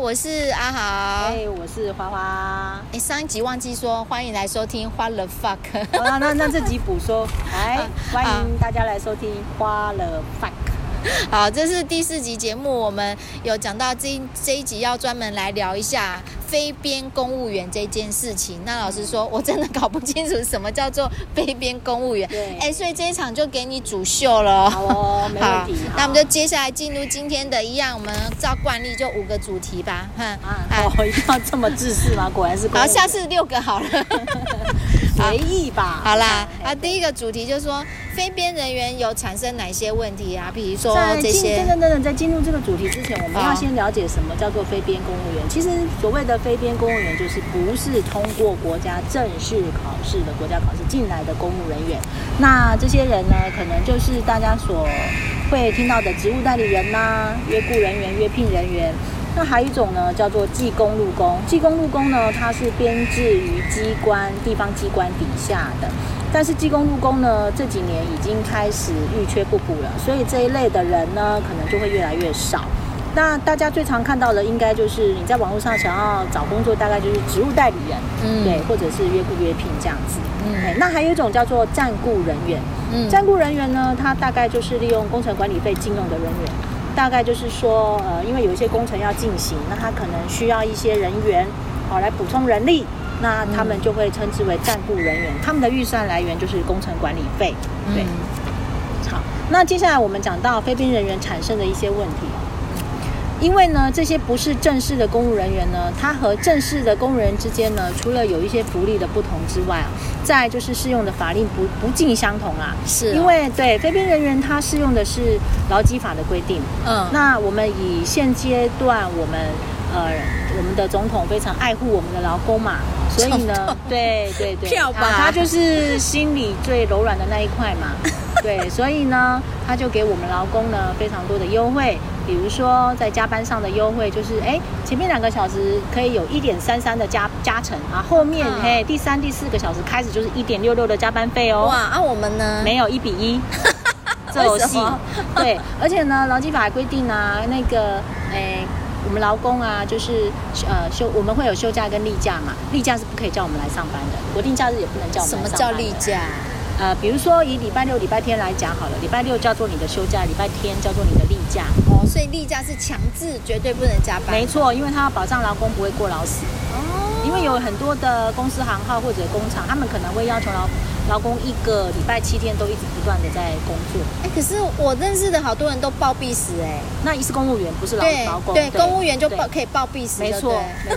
我是阿豪。 我是花花。 上一集忘记说，欢迎来收听花了 fuck。 好，那这集补说，欢迎大家来收听花了 fuck。 好，这是第4集节目，我们有讲到这一集要专门来聊一下非编公务员这件事情。那老实说，我真的搞不清楚什么叫做非编公务员。 对， 所以这一场就给你主秀了。 好哦，没问题。 那我们就接下来进入今天的一样，我们照惯例就5个主题吧。 一定要这么自私吗？果然是公务员。 好，下次6个好了。 随意吧。 好啦，第一个主题就是说，非编人员有产生哪些问题啊？比如说这些。 在进入这个主题之前，我们要先了解什么叫做非编公务员。其实所谓的非编公务员，就是不是通过国家正式考试的国家考试进来的公务人员。那这些人呢，可能就是大家所会听到的职务代理人呐、约雇人员、约聘人员。那还有一种呢，叫做技工路工。技工路工呢，它是编制于地方机关底下的。但是技工路工呢，这几年已经开始愈缺不补了，所以这一类的人呢，可能就会越来越少。那大家最常看到的，应该就是你在网络上想要找工作，大概就是职务代理人，对，或者是约雇约聘这样子。那还有一种叫做暂雇人员。暂雇人员呢，他大概就是利用工程管理费禁用的人员。大概就是说，因为有一些工程要进行，那他可能需要一些人员，来补充人力，那他们就会称之为暂雇人员。他们的预算来源就是工程管理费。对，好，那接下来我们讲到非编人员产生的一些问题。因为呢，这些不是正式的公务人员呢，他和正式的公务人之间呢，除了有一些福利的不同之外，再就是适用的法令不尽相同啦。 是， 因为对非编人员他适用的是劳基法的规定。那我们以现阶段我们的总统非常爱护我们的劳工嘛，所以呢，对， 票吧， 他就是心里最柔软的那一块嘛。对，所以呢，他就给我们劳工呢非常多的优惠，比如说在加班上的优惠，就是前面2个小时可以有1.33的加成啊，后面第3、第4个小时开始就是1.66的加班费哦。 哇，我们呢没有1比1，这有戏。对，而且呢，劳基法规定啊，我们劳工啊，就是我们会有休假跟例假嘛，例假是不可以叫我们来上班的，国定假日也不能叫我们来上班的。 什么叫例假？ 比如说以礼拜6、礼拜天来讲好了，礼拜6叫做你的休假，礼拜天叫做你的例假。 所以例假是强制，绝对不能加班。 没错，因为它要保障劳工不会过劳死。因为有很多的公司行号或者工厂，他们可能会要求劳工1个礼拜7天都一直不断的在工作。 可是我认识的好多人都报必死。 那是公务员，不是劳工。 对，公务员就可以报必死。 没错。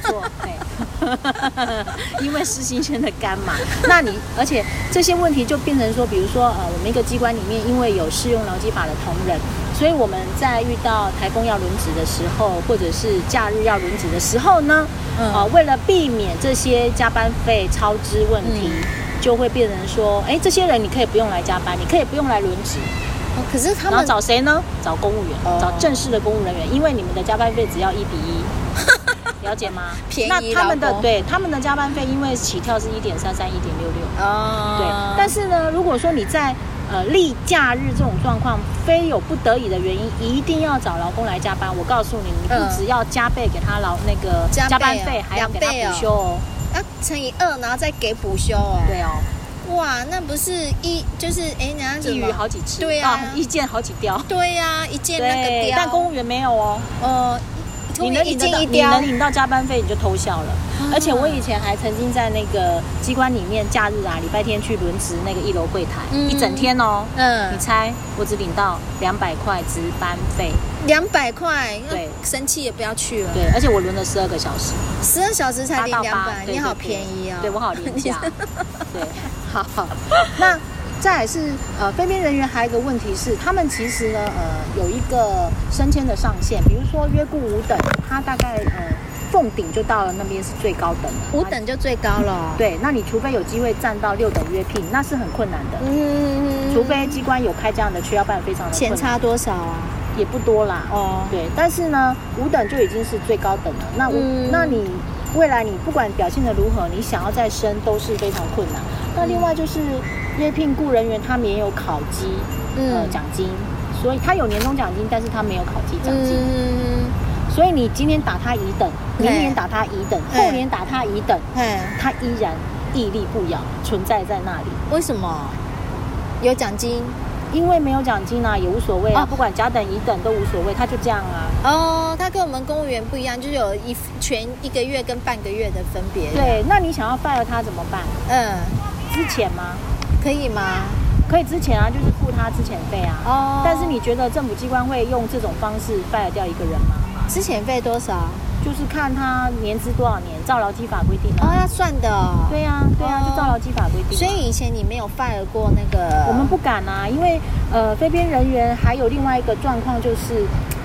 因为是新鲜的肝嘛。而且这些问题就变成说，比如说我们一个机关里面，因为有适用劳基法的同仁，所以我们在遇到台风要轮值的时候，或者是假日要轮值的时候呢，为了避免这些加班费超支问题，就会变成说，这些人你可以不用来加班，你可以不用来轮值。 可是他们然后找谁呢？找公务员，找正式的公务人员，因为你们的加班费只要1比1，了解吗？ 便宜。 那他们的加班费，因为起跳是1.33、1.66。对。但是呢，如果说你在例假日这种状况，非有不得已的原因，一定要找劳工来加班，我告诉你，你不只要加倍给他加班费，还要给他补休哦。 要乘以2，然后再给补休哦。 对哦。 哇，那不是就是人家一鱼好几吃。 对啊， 一箭好几雕。 对啊，一箭那个雕。 但公务员没有哦。你能领到加班费，你就偷笑了。而且我以前还曾经在那个机关里面假日啊，礼拜天去轮值那个1楼柜台，一整天哦。你猜我只领到200块值班费。 200块， 对， 生气也不要去了。 对，而且我轮了12个小时 ，12小时才领200，你好便宜哦。 对，我好廉价。对，好。那再来是非编人员还有一个问题是，他们其实呢有一个升迁的上限，比如说约雇5等，他大概凤顶就到了那边是最高等的 ，5等就最高了。 对，那你除非有机会站到6等约聘，那是很困难的。除非机关有开这样的缺，要不然非常的困难。 钱差多少啊？ 也不多啦。对，但是呢，5等就已经是最高等了。那你未来你不管表现的如何，你想要再升都是非常困难。那另外就是约聘雇人员，他们也有考绩奖金，所以他有年终奖金，但是他没有考绩奖金。 所以你今天打他乙等，明年打他乙等，后年打他乙等，他依然屹立不摇，存在在那里。 为什么？有奖金？ 因为没有奖金啊，也无所谓啊，不管甲等乙等都无所谓，他就这样啊。 哦，他跟我们公务员不一样，就是有全1个月跟半个月的分别。 对，那你想要 fire 他怎么办？之前吗？ 可以吗？ 可以之前啊，就是付他资遣费啊。哦。但是你觉得政府机关会用这种方式 fire 掉一个人吗？ 资遣费多少？ 就是看他年资多少年，照劳基法规定哦，要算的哦。 对啊，对啊，就照劳基法规定。 所以以前你没有 fire 过那个？ 我们不敢啊，因为非编人员还有另外一个状况就是，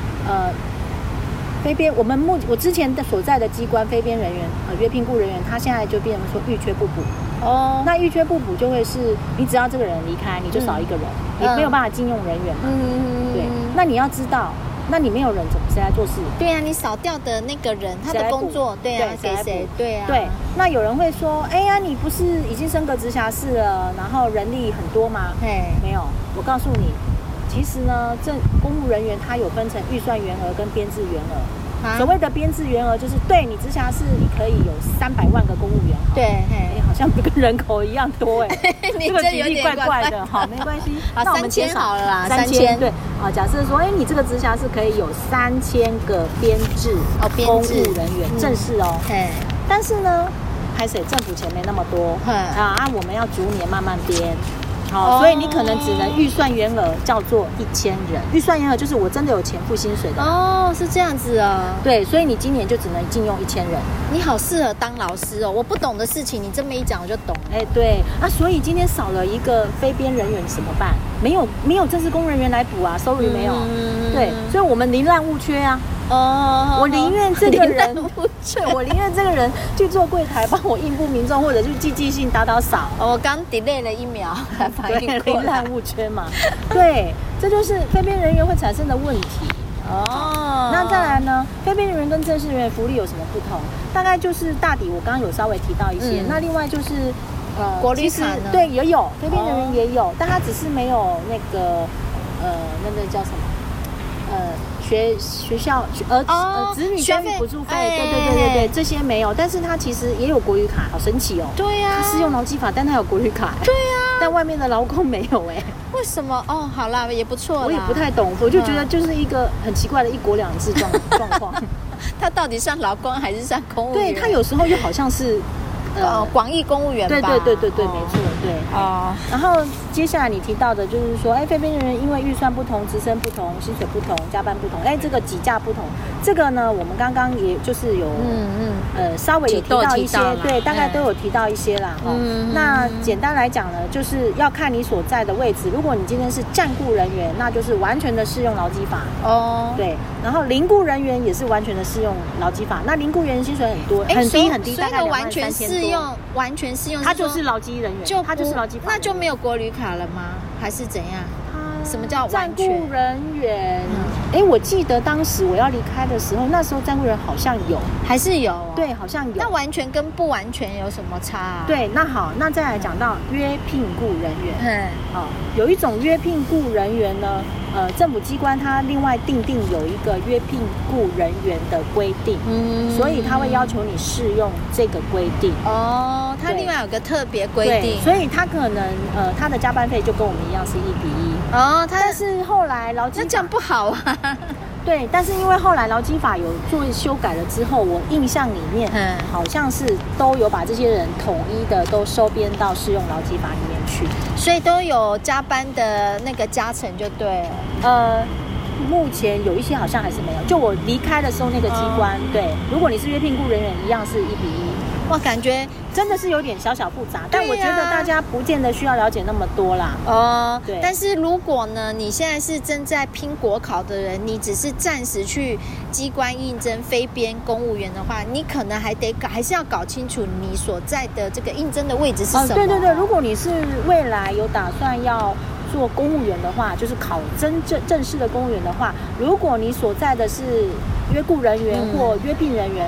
非编我之前的所在的机关非编人员约聘雇人员，他现在就变成说预缺不补。哦。那预缺不补就会是你只要这个人离开，你就少一个人，你没有办法禁用人员嘛。对。那你要知道。那你没有人，谁来做事？ 对啊，你少掉的那个人，他的工作，对啊，给谁？对啊， 对。那有人会说，哎呀，你不是已经升格直辖市了，然后人力很多吗？没有。我告诉你，其实呢，这公务人员他有分成预算员额跟编制员额。所谓的编制员额就是对你直辖市你可以有300万个公务员， 对， 好像跟人口一样多你这个举例怪怪的，好，没关系， 那我们3000好了啦 ，3000对啊，假设说，你这个直辖市可以有3000个编制公务人员，正式哦，但是呢，还是政府钱没那么多我们要逐年慢慢编。所以你可能只能预算员额叫做1000人，预算员额就是我真的有钱付薪水的。 哦，是这样子啊。 对，所以你今年就只能禁用1000人。 你好适合当老师哦，我不懂的事情你这么一讲我就懂。 对啊，所以今天少了一个非编人员怎么办？没有正式公务人员来补啊 ，sorry 没有。对，所以我们宁滥勿缺啊。我宁愿这个人，我宁愿这个人去做柜台，帮我应付民众，或者去寄信打扫。 我刚 delay 了1秒才反应过来， 宁滥勿缺嘛。对，这就是非编人员会产生的问题。那再来呢？非编人员跟正式人员福利有什么不同？大概就是大抵我刚刚有稍微提到一些。那另外就是国旅卡呢？ 对，也有非编人员也有，但他只是没有那个那个叫什么学校子女教育补助费，对，这些没有，但是他其实也有国旅卡，好神奇哦。 对呀， 他适用劳基法，但他有国旅卡。 对呀， 但外面的劳工没有为什么？好啦，也不错啦。 我也不太懂，我就觉得就是一个很奇怪的1国2制状况。 他到底算劳工还是算公务员？ 对，他有时候又好像是。 广义公务员吧。 对，没错，对。然后接下来你提到的就是说，非编人员因为预算不同、职称不同、薪水不同、加班不同，这个几价不同，这个呢，我们刚刚也就是有稍微有提到一些，对，大概都有提到一些啦。那简单来讲呢，就是要看你所在的位置。如果你今天是暂雇人员，那就是完全的适用劳基法。对。然后零雇人员也是完全的适用劳基法。那零雇员薪水很多，很低，大概完全适用， 他就是劳基人员，他就是劳基法， 那就没有国旅卡了吗？还是怎样？什么叫完全？ 暂雇人员？我记得当时我要离开的时候，那时候暂雇人好像有， 还是有？ 对，好像有。 那完全跟不完全有什么差？ 对，那好，那再来讲到约聘雇人员。有一种约聘雇人员呢，政府机关它另外定有一个约聘雇人员的规定，所以它会要求你适用这个规定。 它另外有个特别规定， 所以它可能它的加班费就跟我们一样是1比1。但是后来劳基法那这样不好啊。 对，但是因为后来劳基法有做修改了之后，我印象里面好像是都有把这些人统一的都收编到适用劳基法里面去， 所以都有加班的那个加成就对了。 目前有一些好像还是没有，就我离开的时候那个机关，对，如果你是约聘雇人员，一样是1比1。 哇，感觉真的是有点小复杂，但我觉得大家不见得需要了解那么多啦。对。 但是如果呢，你现在是正在拼国考的人，你只是暂时去机关应征非编公务员的话，你可能还是要搞清楚你所在的这个应征的位置是什么。 对，如果你是未来有打算要做公务员的话，就是考正式的公务员的话，如果你所在的是约雇人员或约聘人员，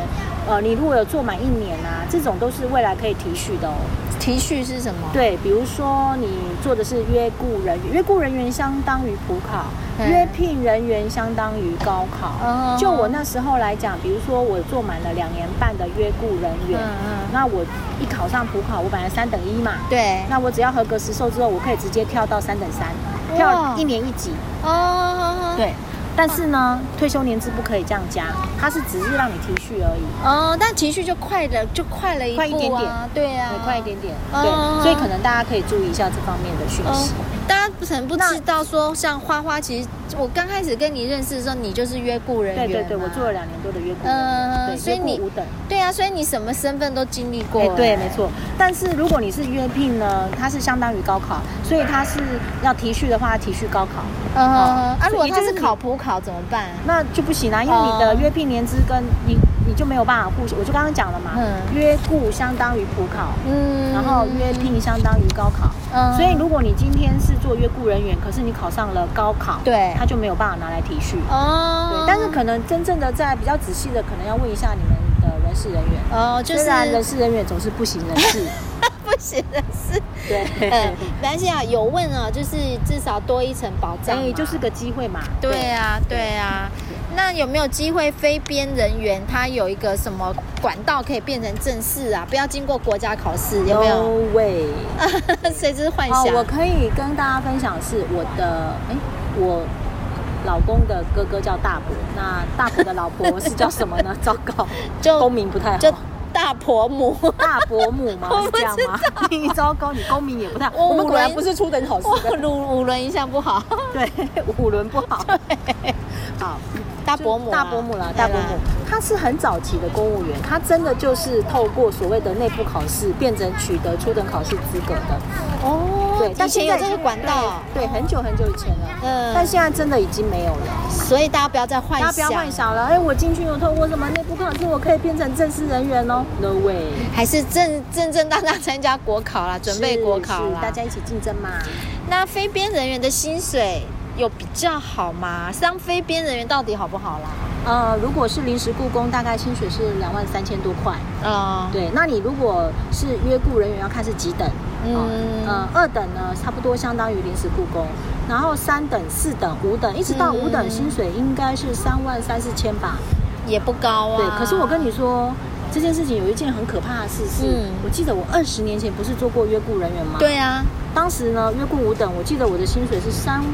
你如果有做满1年啊，这种都是未来可以提续的哦。 提续是什么？ 对，比如说你做的是约雇人员，约雇人员相当于普考，约聘人员相当于高考。就我那时候来讲，比如说我做满了2年半的约雇人员，那我一考上普考，我本来3等1嘛， 对， 那我只要合格实授之后，我可以直接跳到3等3，跳1年1级。对。但是呢，退休年资不可以这样加，它是只是让你提续而已。 但提续就快了一步啊， 快一点点， 对啊， 快一点点，对，所以可能大家可以注意一下这方面的讯息。 大家可能不知道说，像花花，其实我刚开始跟你认识的时候，你就是约雇人员。 对，我做了2年多的约雇人员，对， 所以你 5等。 对啊，所以你什么身份都经历过。 对，没错。但是如果你是约聘呢，它是相当于高考，所以它是要提续的话，提续高考。 如果他是考普考怎么办？ 那就不行啊，因为你的约聘年资跟你就没有办法互，我就刚刚讲了嘛，约雇相当于普考，然后约聘相当于高考，所以如果你今天是做约雇人员，可是你考上了高考， 对， 他就没有办法拿来提续。对，但是可能真正的在比较仔细的，可能要问一下你们的人事人员。虽然人事人员总是不省人事。 不行的事， 对， 没关系啊，有问啊，就是至少多一层保障， 就是个机会嘛。 对啊。那有没有机会非编人员他有一个什么管道可以变成正式啊？不要经过国家考试，有没有 ？No way， 谁知幻想？ 我可以跟大家分享是我老公的哥哥叫大伯，那大伯的老婆是叫什么呢？糟糕，公名不太好。 大婆母吗？是这样吗？你糟糕，你公民也不太好。我们果然不是初等考试的。 五轮一向不好。 对，5轮不好。好， 大伯母， 他是很早期的公务员，他真的就是透过所谓的内部考试变成取得初等考试资格的。对， 但现在有这个管道， 对，很久很久以前了。但现在真的已经没有了， 所以大家不要再幻想， 了。我进去有透过什么内部考试，我可以变成正式人员哦 ？No way， 还是正当参加国考啦，准备国考啦， 大家一起竞争嘛。 那非编人员的薪水有比较好吗？当非编人员到底好不好啦？ 如果是临时雇工，大概薪水是23000多块。对，那你如果是约雇人员，要看是几等。2等呢，差不多相当于临时雇工，然后3等、4等、5等，一直到5等，薪水应该是33000-4000吧， 也不高啊。 对，可是我跟你说，这件事情有一件很可怕的事是，我记得我20年前不是做过约雇人员吗？ 对啊， 当时呢约雇5等，我记得我的薪水是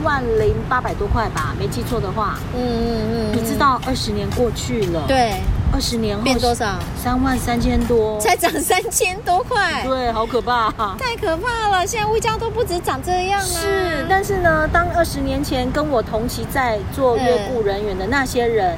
30800多块吧，没记错的话。你知道20年过去了， 对 ，20年后变多少 ？33000多， 才涨3000多块， 对，好可怕， 太可怕了！现在物价都不止长这样啊。 是，但是呢，当20年前跟我同期在做约雇人员的那些人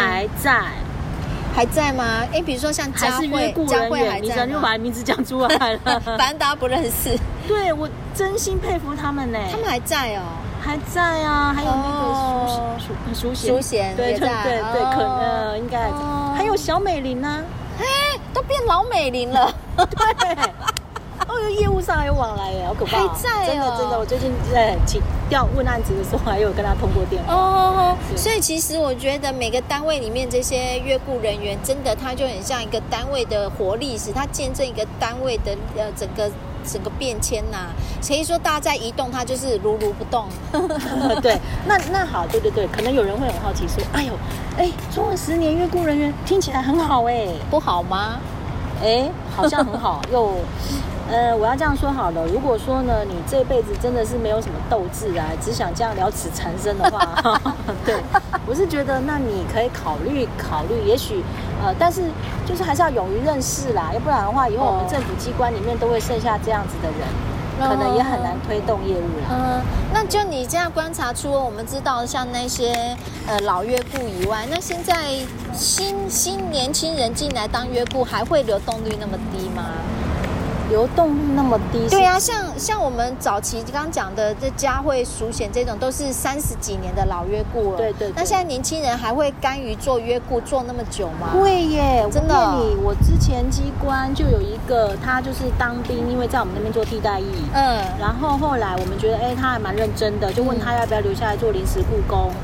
还在吗？比如说像佳慧还在， 你就把名字讲出来了， 反正大家不认识。 对，我真心佩服他们呢。 他们还在哦， 还在啊，还有那个淑贤，对，可能应该还在，还有小美玲啊， 都变老美玲了， 对。业务上还有往来耶，好可怕！ 还在真的，我最近在问案子的时候，还有跟他通过电话。 所以其实我觉得每个单位里面这些约雇人员，真的他就很像一个单位的活历史，他见证一个单位的整个变迁呐。所以说大家在移动，他就是如如不动。 对，那好，对，可能有人会很好奇说，做了10年约雇人员，听起来很好不好吗？ 好像很好，我要这样说好了。如果说呢，你这辈子真的是没有什么斗志啊，只想这样了此残生的话，对，我是觉得那你可以考虑，也许但是就是还是要勇于认识啦，要不然的话，以后我们政府机关里面都会剩下这样子的人，可能也很难推动业务啦。 那就你这样观察出，我们知道像那些老约雇以外，那现在新年轻人进来当约雇，还会流动率那么低吗？ 流动率那么低？ 对啊，像我们早期刚刚讲的这佳慧、淑贤这种，都是30几年的老约雇了。 对。 那现在年轻人还会甘于做约雇做那么久吗？ 会耶， 真的。 我之前机关就有一个，他就是当兵，因为在我们那边做替代役。然后后来我们觉得，他还蛮认真的，就问他要不要留下来做临时雇工。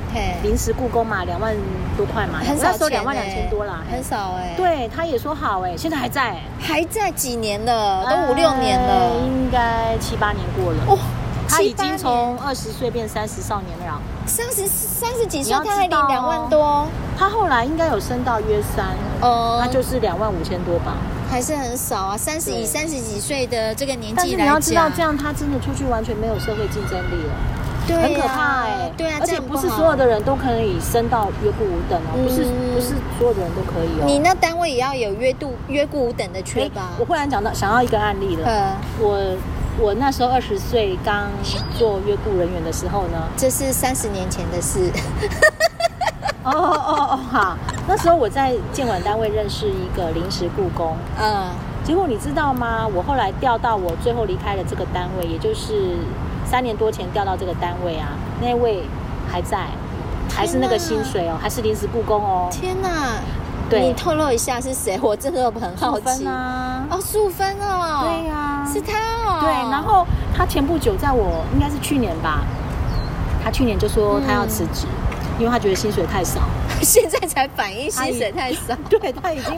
临时故宫嘛，2万多块嘛， 很少钱 2万2000多啦， 很少对，他也说好现在还在还在几年了，都5、6年了， 应该7、8年过了。 哦， 他已经从20岁变30少年了 ，30几岁他还领2万多， 他后来应该有升到约3，那就是2万5千多吧。 还是很少啊，以30几岁的这个年纪来讲， 但是你要知道，这样他真的出去完全没有社会竞争力了， 对啊， 很可怕对啊， 而且不是所有的人都可以升到约雇5等不是所有的人都可以你那单位也要有约雇5等的缺吧？ 我忽然想到一个案例了，我那时候20岁刚做约雇人员的时候呢， 这是30年前的事。 好，那时候我在建管单位认识一个临时雇工，结果你知道吗？我后来调到我最后离开了这个单位，也就是3年多前调到这个单位啊，那位还在，还是那个薪水还是临时雇工天哪！ 对， 你透露一下是谁？我真的很好奇。素芬对呀， 是他对，然后他前不久在我应该是去年吧，他去年就说他要辞职。因为他觉得薪水太少， 现在才反映薪水太少。 对，他已经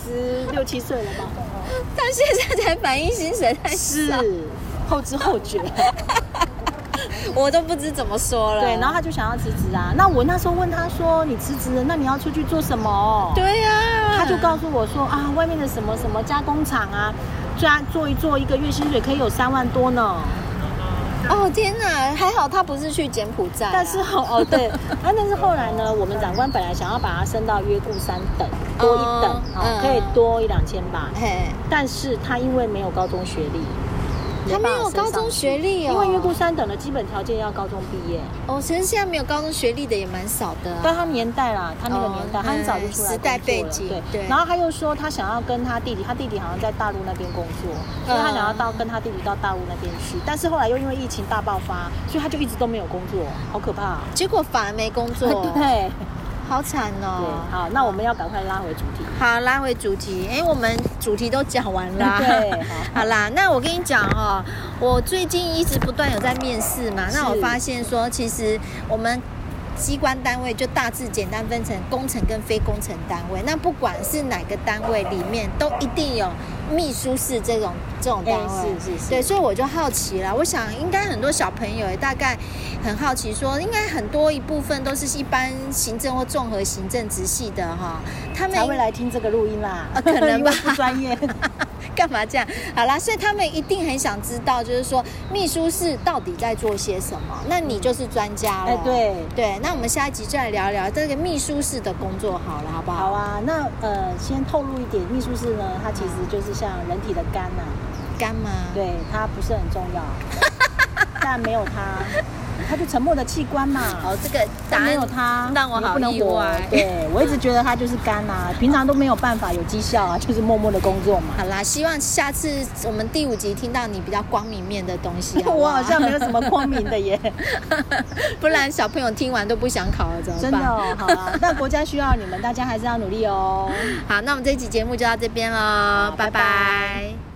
56、7岁了吧？ 他现在才反映薪水太少， 是后知后觉。 我都不知怎么说了。 对，然后他就想要辞职啊。那我那时候问他说：“你辞职了，那你要出去做什么？” 对呀， 他就告诉我说：“啊，外面的什么什么加工厂啊，做一个月薪水可以有3万多呢。” 哦天哪，还好他不是去柬埔寨， 但是对，但是后来呢，我们长官本来想要把他升到约雇3等，多1等，可以多1、2千吧。但是他因为没有高中学历， 他没有高中学历因为约雇3等的基本条件要高中毕业。 其实现在没有高中学历的也蛮少的。 但他年代啦，他那个年代，他很早就出来时代背景。 对。然后他又说他想要跟他弟弟好像在大陆那边工作，所以他想要跟他弟弟到大陆那边去。但是后来又因为疫情大爆发，所以他就一直都没有工作，好可怕。 结果反而没工作。 对。 好惨哦！ 好，那我们要赶快拉回主题。 好，拉回主题。我们主题都讲完了。 对， 好啦，那我跟你讲我最近一直不断有在面试嘛，那我发现说，其实我们机关单位就大致简单分成工程跟非工程单位。那不管是哪个单位里面，都一定有秘书室这种单位。是。对，所以我就好奇了。我想应该很多小朋友也大概很好奇说，应该很多一部分都是一般行政或综合行政直系的他们才会来听这个录音啦。 可能吧， 不专业。 干嘛这样？好啦，所以他们一定很想知道，就是说秘书室到底在做些什么。那你就是专家了。对。那我们下一集就来聊聊这个秘书室的工作好了，好不好？ 好啊。那先透露一点，秘书室呢，它其实就是像人体的肝啊。 肝吗？ 对，它不是很重要，但没有它就沉默的器官嘛。 这个答案没有它让我好意外。 对，我一直觉得它就是肝啊，平常都没有办法有绩效啊，就是默默的工作嘛。 好啦，希望下次我们第5集听到你比较光明面的东西。 我好像没有什么光明的耶， 不然小朋友听完都不想考了，怎么办？ 真的好啊，那国家需要你们，大家还是要努力哦。 好，那我们这一集节目就到这边咯，拜拜。